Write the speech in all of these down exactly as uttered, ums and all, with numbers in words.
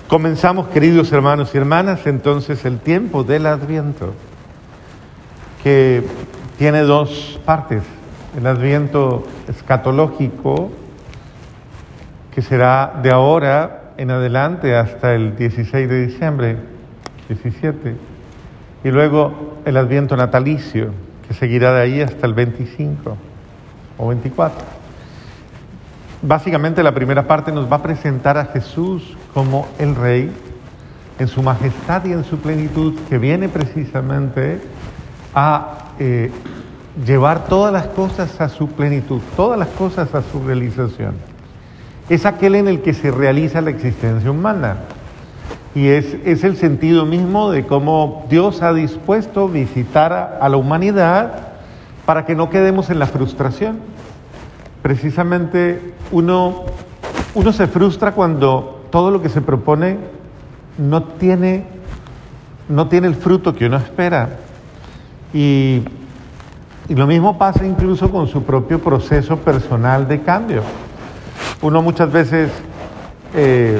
Comenzamos, queridos hermanos y hermanas, entonces el tiempo del Adviento, que tiene dos partes. El Adviento escatológico, que será de ahora en adelante hasta el dieciséis de diciembre, diecisiete, y luego el Adviento natalicio, que seguirá de ahí hasta el veinticinco o veinticuatro. Básicamente la primera parte nos va a presentar a Jesús como el Rey en su majestad y en su plenitud, que viene precisamente a eh, llevar todas las cosas a su plenitud, todas las cosas a su realización. Es aquel en el que se realiza la existencia humana y es, es el sentido mismo de cómo Dios ha dispuesto visitar a, a la humanidad para que no quedemos en la frustración. Precisamente uno, uno se frustra cuando todo lo que se propone no tiene, no tiene el fruto que uno espera. Y, y lo mismo pasa incluso con su propio proceso personal de cambio. Uno muchas veces eh,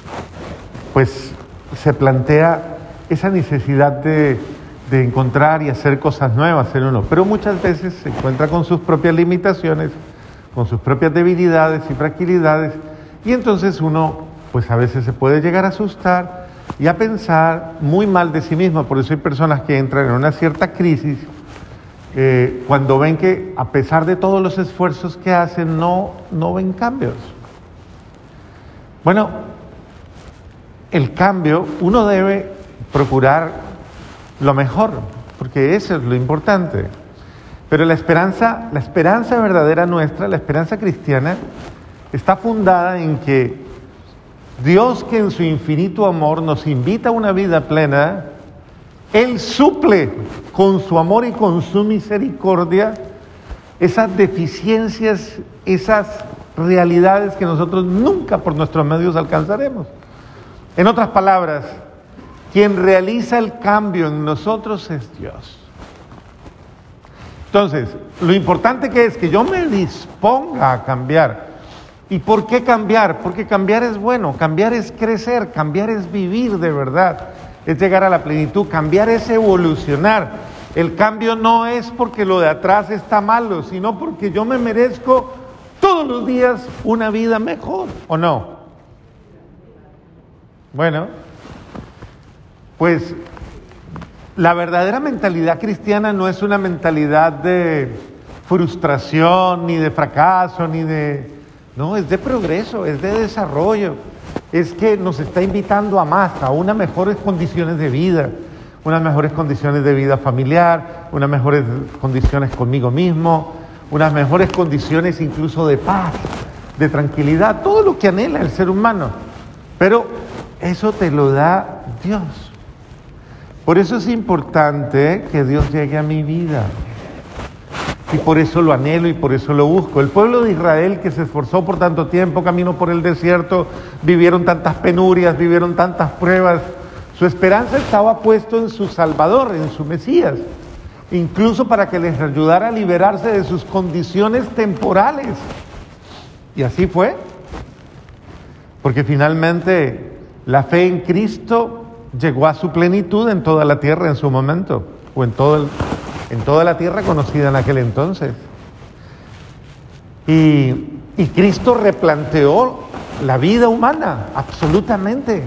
pues se plantea esa necesidad de, de encontrar y hacer cosas nuevas en uno, pero muchas veces se encuentra con sus propias limitaciones, con sus propias debilidades y fragilidades, y entonces uno pues a veces se puede llegar a asustar y a pensar muy mal de sí mismo. Por eso hay personas que entran en una cierta crisis eh, cuando ven que a pesar de todos los esfuerzos que hacen no, no ven cambios. Bueno, el cambio uno debe procurar lo mejor, porque eso es lo importante. Pero la esperanza, la esperanza verdadera nuestra, la esperanza cristiana, está fundada en que Dios, que en su infinito amor nos invita a una vida plena, Él suple con su amor y con su misericordia esas deficiencias, esas realidades que nosotros nunca por nuestros medios alcanzaremos. En otras palabras, quien realiza el cambio en nosotros es Dios. Entonces, lo importante que es que yo me disponga a cambiar. ¿Y por qué cambiar? Porque cambiar es bueno, cambiar es crecer, cambiar es vivir de verdad, es llegar a la plenitud, cambiar es evolucionar. El cambio no es porque lo de atrás está malo, sino porque yo me merezco todos los días una vida mejor, ¿o no? Bueno, pues la verdadera mentalidad cristiana no es una mentalidad de frustración, ni de fracaso, ni de... No, es de progreso, es de desarrollo. Es que nos está invitando a más, a unas mejores condiciones de vida, unas mejores condiciones de vida familiar, unas mejores condiciones conmigo mismo, unas mejores condiciones incluso de paz, de tranquilidad, todo lo que anhela el ser humano. Pero eso te lo da Dios. Por eso es importante que Dios llegue a mi vida. Y por eso lo anhelo y por eso lo busco. El pueblo de Israel, que se esforzó por tanto tiempo, caminó por el desierto, vivieron tantas penurias, vivieron tantas pruebas. Su esperanza estaba puesta en su Salvador, en su Mesías, incluso para que les ayudara a liberarse de sus condiciones temporales. Y así fue. Porque finalmente la fe en Cristo llegó a su plenitud en toda la tierra en su momento, o en todo el, en toda la tierra conocida en aquel entonces. Y, y Cristo replanteó la vida humana, absolutamente.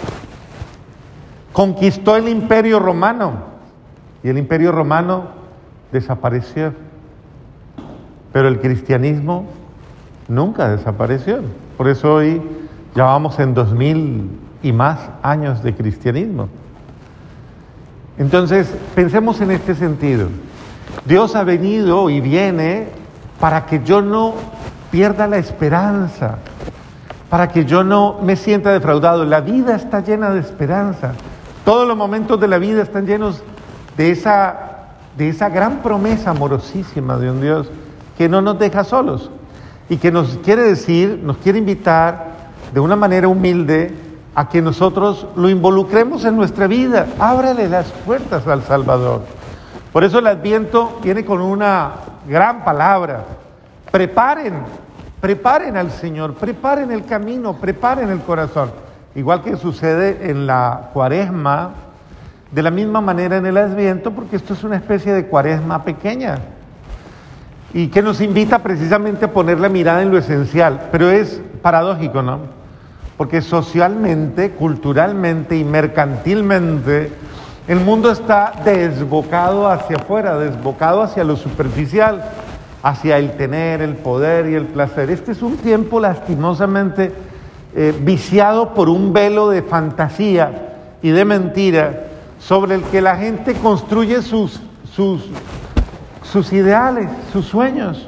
Conquistó el Imperio Romano, y el Imperio Romano desapareció. Pero el cristianismo nunca desapareció. Por eso hoy ya vamos en dos mil y más años de cristianismo. Entonces, pensemos en este sentido. Dios ha venido y viene para que yo no pierda la esperanza, para que yo no me sienta defraudado. La vida está llena de esperanza. Todos los momentos de la vida están llenos de esa, de esa gran promesa amorosísima de un Dios que no nos deja solos y que nos quiere decir, nos quiere invitar de una manera humilde a que nosotros lo involucremos en nuestra vida. Ábrele las puertas al Salvador. Por eso el Adviento viene con una gran palabra. Preparen, preparen al Señor, preparen el camino, preparen el corazón. igual que sucede en la Cuaresma, de la misma manera en el Adviento, porque esto es una especie de Cuaresma pequeña y que nos invita precisamente a poner la mirada en lo esencial. Pero es paradójico, ¿no? Porque socialmente, culturalmente y mercantilmente el mundo está desbocado hacia afuera, desbocado hacia lo superficial, hacia el tener, el poder y el placer. Este es un tiempo lastimosamente eh, viciado por un velo de fantasía y de mentira sobre el que la gente construye sus, sus, sus ideales, sus sueños.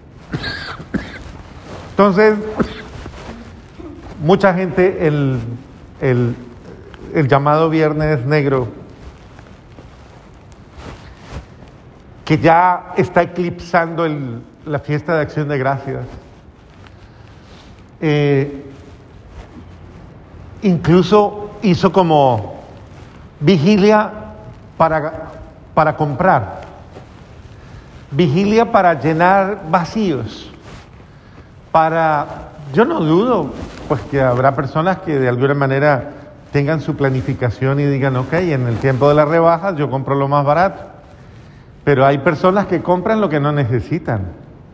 Entonces, mucha gente, el, el, el llamado Viernes Negro, que ya está eclipsando el, la fiesta de Acción de Gracias, eh, incluso hizo como vigilia para, para comprar, vigilia para llenar vacíos, para, yo no dudo, pues que habrá personas que de alguna manera tengan su planificación y digan, ok, en el tiempo de las rebajas yo compro lo más barato, pero hay personas que compran lo que no necesitan,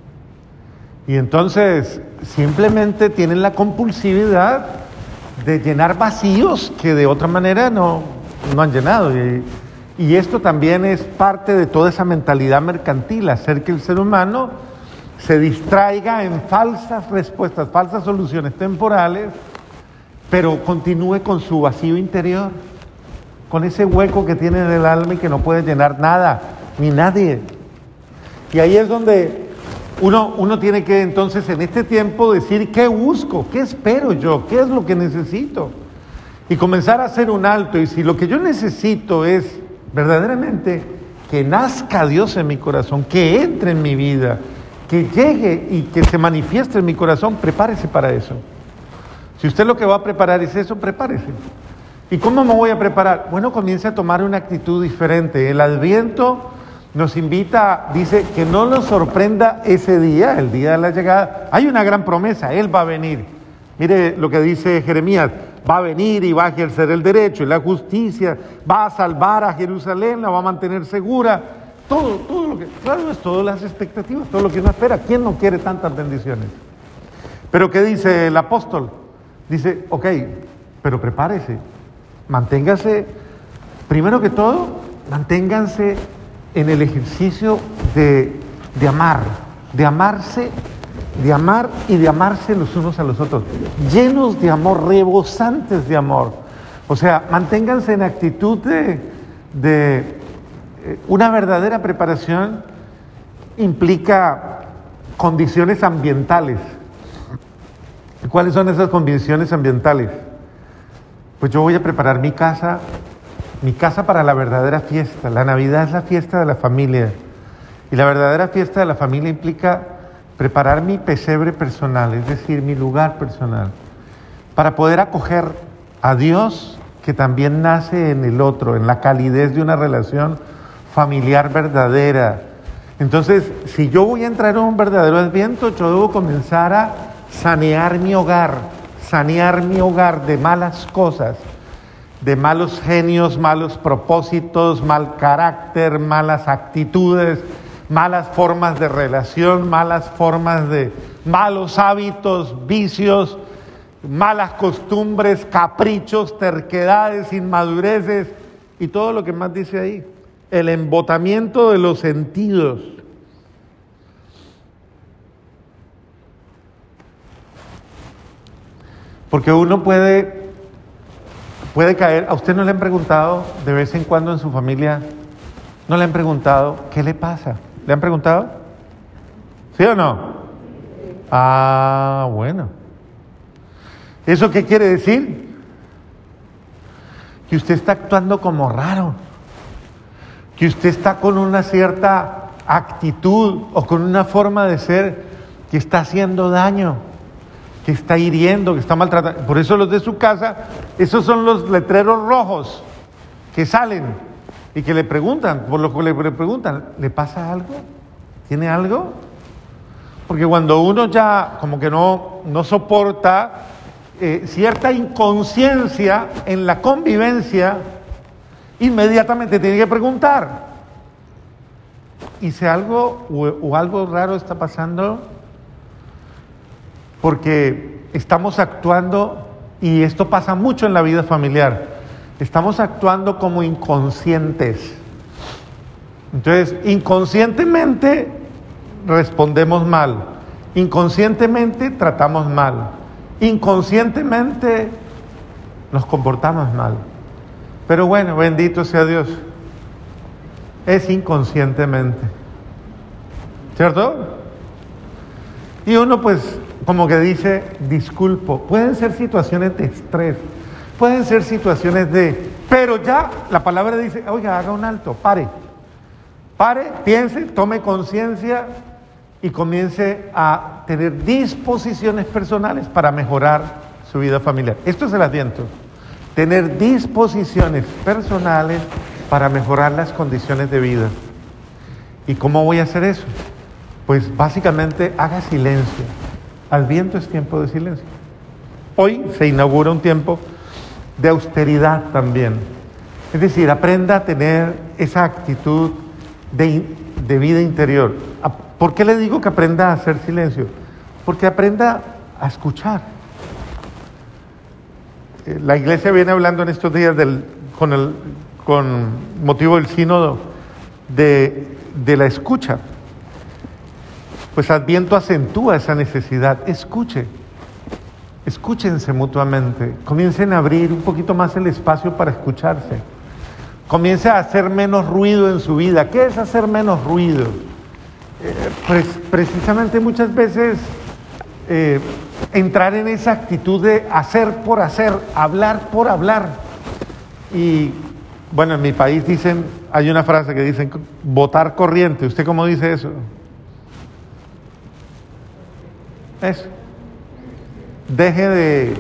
y entonces simplemente tienen la compulsividad de llenar vacíos que de otra manera no, no han llenado. Y, y esto también es parte de toda esa mentalidad mercantil, hacer que el ser humano se distraiga en falsas respuestas, falsas soluciones temporales, pero continúe con su vacío interior, con ese hueco que tiene en el alma y que no puede llenar nada, ni nadie. Y ahí es donde uno, uno tiene que entonces en este tiempo decir, ¿qué busco? ¿Qué espero yo? ¿Qué es lo que necesito? Y comenzar a hacer un alto. Y si lo que yo necesito es verdaderamente que nazca Dios en mi corazón, que entre en mi vida, que llegue y que se manifieste en mi corazón, prepárese para eso. Si usted lo que va a preparar es eso, prepárese. ¿Y cómo me voy a preparar? Bueno, comience a tomar una actitud diferente. El Adviento nos invita, dice, que no nos sorprenda ese día, el día de la llegada. Hay una gran promesa, Él va a venir. Mire lo que dice Jeremías, va a venir y va a ejercer el derecho y la justicia, va a salvar a Jerusalén, la va a mantener segura. Todo, todo lo que, claro, es todas las expectativas, todo lo que uno espera. ¿Quién no quiere tantas bendiciones? Pero ¿qué dice el apóstol? Dice, ok, pero prepárese, manténgase, primero que todo, manténganse en el ejercicio de, de amar, de amarse, de amar y de amarse los unos a los otros, llenos de amor, rebosantes de amor. O sea, manténganse en actitud de, de eh, una verdadera preparación implica condiciones ambientales. ¿Cuáles son esas condiciones ambientales? Pues yo voy a preparar mi casa, mi casa para la verdadera fiesta. La Navidad es la fiesta de la familia. Y la verdadera fiesta de la familia implica preparar mi pesebre personal, es decir, mi lugar personal, para poder acoger a Dios que también nace en el otro, en la calidez de una relación familiar verdadera. Entonces, si yo voy a entrar en un verdadero Adviento, yo debo comenzar a sanear mi hogar, sanear mi hogar de malas cosas, de malos genios, malos propósitos, mal carácter, malas actitudes, malas formas de relación, malas formas de malos hábitos, vicios, malas costumbres, caprichos, terquedades, inmadureces y todo lo que más dice ahí, el embotamiento de los sentidos. Porque uno puede, puede caer, a usted no le han preguntado de vez en cuando en su familia, no le han preguntado, ¿qué le pasa? ¿Le han preguntado? ¿Sí o no? Ah, bueno. ¿Eso qué quiere decir? Que usted está actuando como raro, que usted está con una cierta actitud o con una forma de ser que está haciendo daño, que está hiriendo, que está maltratando. Por eso los de su casa, esos son los letreros rojos que salen y que le preguntan, por lo que le preguntan, ¿le pasa algo? ¿Tiene algo? Porque cuando uno ya como que no, no soporta eh, cierta inconsciencia en la convivencia, inmediatamente tiene que preguntar. ¿Y si algo o, o algo raro está pasando? Porque estamos actuando, y esto pasa mucho en la vida familiar, estamos actuando como inconscientes. Entonces, inconscientemente respondemos mal, inconscientemente tratamos mal, inconscientemente nos comportamos mal. Pero bueno, bendito sea Dios, es inconscientemente, ¿cierto? Y uno pues como que dice, disculpo. Pueden ser situaciones de estrés, pueden ser situaciones de... Pero ya la palabra dice, oiga, haga un alto, pare. Pare, piense, tome conciencia y comience a tener disposiciones personales para mejorar su vida familiar. Esto es el Adviento. Tener disposiciones personales para mejorar las condiciones de vida. ¿Y cómo voy a hacer eso? Pues básicamente haga silencio. Adviento es tiempo de silencio. Hoy se inaugura un tiempo de austeridad también. Es decir, aprenda a tener esa actitud de, de vida interior. ¿Por qué le digo que aprenda a hacer silencio? Porque aprenda a escuchar. La iglesia viene hablando en estos días del, con, el, con motivo del sínodo de, de la escucha. Pues Adviento acentúa esa necesidad. Escuche, escúchense mutuamente, comiencen a abrir un poquito más el espacio para escucharse, comience a hacer menos ruido en su vida. ¿Qué es hacer menos ruido? Eh, pues precisamente muchas veces eh, entrar en esa actitud de hacer por hacer, hablar por hablar. Y bueno, en mi país dicen, hay una frase que dicen, votar corriente. ¿Usted cómo dice eso? Eso. Deje de...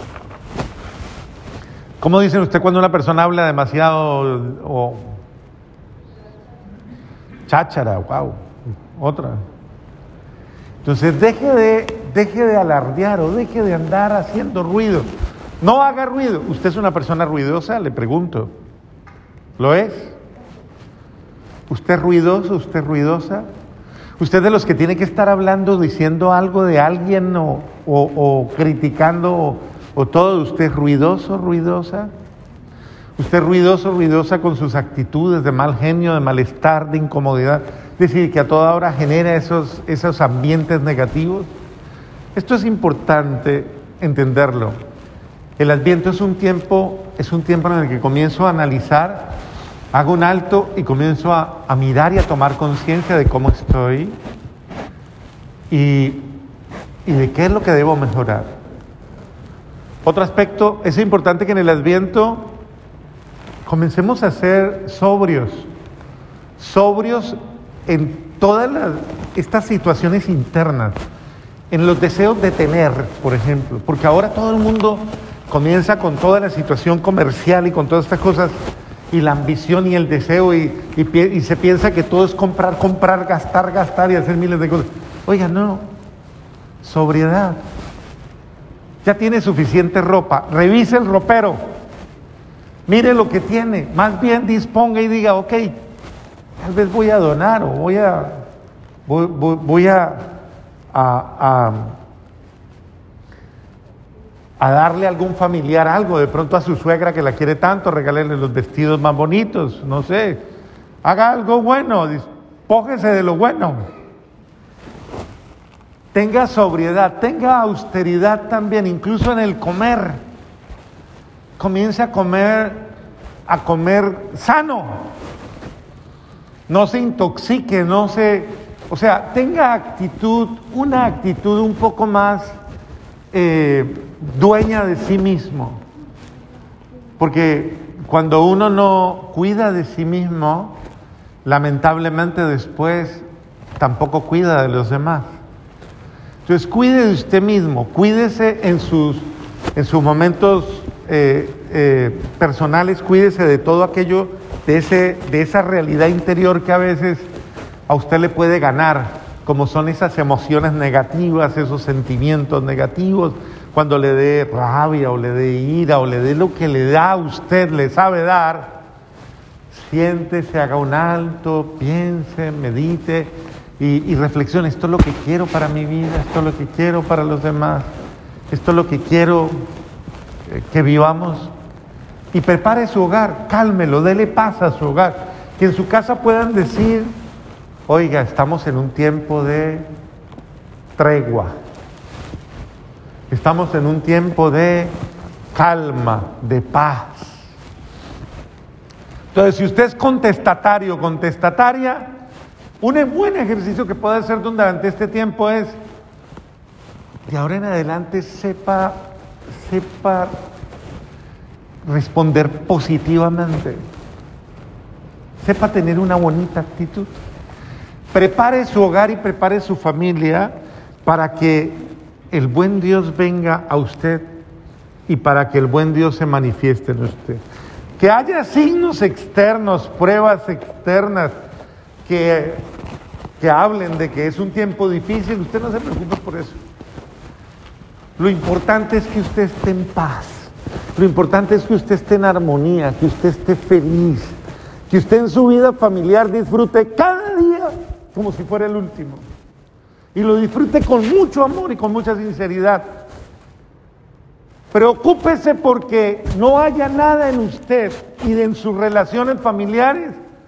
¿Cómo dicen usted cuando una persona habla demasiado o cháchara? Wow, otra. Entonces deje de, deje de alardear o deje de andar haciendo ruido. No haga ruido. ¿Usted es una persona ruidosa? Le pregunto. ¿Lo es? ¿Usted es ruidoso? ¿Usted es ruidosa? ¿Usted es de los que tiene que estar hablando, diciendo algo de alguien o, o, o criticando o, o todo? ¿Usted es ruidoso, ruidosa? ¿Usted es ruidoso, ruidosa con sus actitudes de mal genio, de malestar, de incomodidad? Es decir, que a toda hora genera esos, esos ambientes negativos. Esto es importante entenderlo. El Adviento es un tiempo, es un tiempo en el que comienzo a analizar, hago un alto y comienzo a, a mirar y a tomar conciencia de cómo estoy y, y de qué es lo que debo mejorar. Otro aspecto, es importante que en el Adviento comencemos a ser sobrios, sobrios en todas las, estas situaciones internas, en los deseos de tener, por ejemplo, porque ahora todo el mundo comienza con toda la situación comercial y con todas estas cosas, y la ambición y el deseo, y, y, y se piensa que todo es comprar, comprar, gastar, gastar y hacer miles de cosas. Oiga, no, sobriedad. Ya tiene suficiente ropa, revise el ropero, mire lo que tiene, más bien disponga y diga, ok, tal vez voy a donar o voy a, voy, voy, voy a, a, a a darle a algún familiar algo, de pronto a su suegra que la quiere tanto, regálele los vestidos más bonitos, no sé, haga algo bueno, despójese de lo bueno, tenga sobriedad, tenga austeridad también, incluso en el comer, comience a comer, a comer sano, no se intoxique, no se, o sea, tenga actitud, una actitud un poco más eh, dueña de sí mismo, porque cuando uno no cuida de sí mismo, lamentablemente después tampoco cuida de los demás. Entonces cuide de usted mismo, cuídese en sus, en sus momentos eh, eh, personales, cuídese de todo aquello, de, ese, de esa realidad interior que a veces a usted le puede ganar, como son esas emociones negativas, esos sentimientos negativos. cuando le dé rabia o le dé ira o le dé lo que le da a usted, le sabe dar, siéntese, haga un alto, piense, medite y, y reflexione. Esto es lo que quiero para mi vida, esto es lo que quiero para los demás, esto es lo que quiero eh, que vivamos. Y prepare su hogar, cálmelo, dele paz a su hogar. Que en su casa puedan decir, oiga, estamos en un tiempo de tregua. Estamos en un tiempo de calma, de paz. Entonces, si usted es contestatario, contestataria, un buen ejercicio que puede hacer durante este tiempo es, de ahora en adelante, sepa, sepa responder positivamente. Sepa tener una bonita actitud. Prepare su hogar y prepare su familia para que el buen Dios venga a usted y para que el buen Dios se manifieste en usted. Que haya signos externos, pruebas externas que, que hablen de que es un tiempo difícil, usted no se preocupe por eso. Lo importante es que usted esté en paz. Lo importante es que usted esté en armonía, que usted esté feliz, que usted en su vida familiar disfrute cada día como si fuera el último. Y lo disfrute con mucho amor y con mucha sinceridad. Preocúpese porque no haya nada en usted y en sus relaciones familiares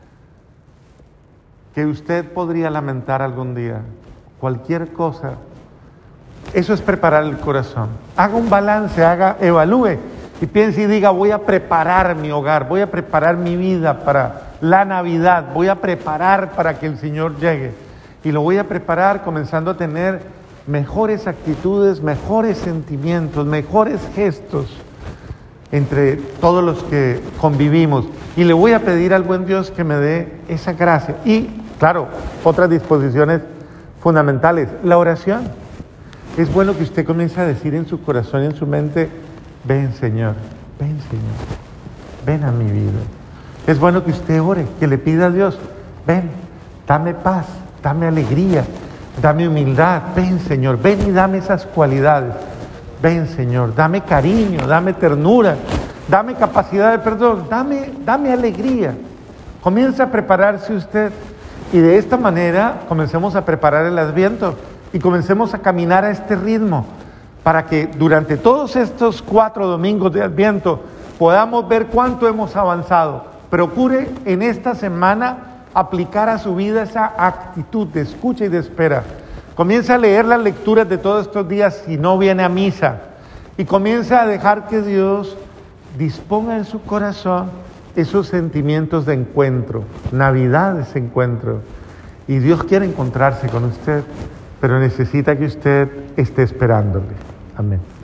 que usted podría lamentar algún día. Cualquier cosa. Eso es preparar el corazón. Haga un balance, haga, evalúe y piense y diga, voy a preparar mi hogar, voy a preparar mi vida para la Navidad, voy a preparar para que el Señor llegue. Y lo voy a preparar comenzando a tener mejores actitudes, mejores sentimientos, mejores gestos entre todos los que convivimos. Y le voy a pedir al buen Dios que me dé esa gracia. Y, claro, otras disposiciones fundamentales. La oración. Es bueno que usted comience a decir en su corazón y en su mente, ven Señor, ven Señor, ven a mi vida. Es bueno que usted ore, que le pida a Dios, ven, dame paz, dame alegría, dame humildad, ven Señor, ven y dame esas cualidades. Ven Señor, dame cariño, dame ternura, dame capacidad de perdón, dame, dame alegría. Comienza a prepararse usted y de esta manera comencemos a preparar el Adviento y comencemos a caminar a este ritmo para que durante todos estos cuatro domingos de Adviento podamos ver cuánto hemos avanzado. Procure en esta semana aplicar a su vida esa actitud de escucha y de espera. Comienza a leer las lecturas de todos estos días si no viene a misa y comienza a dejar que Dios disponga en su corazón esos sentimientos de encuentro. Navidad es encuentro y Dios quiere encontrarse con usted, pero necesita que usted esté esperándole. Amén.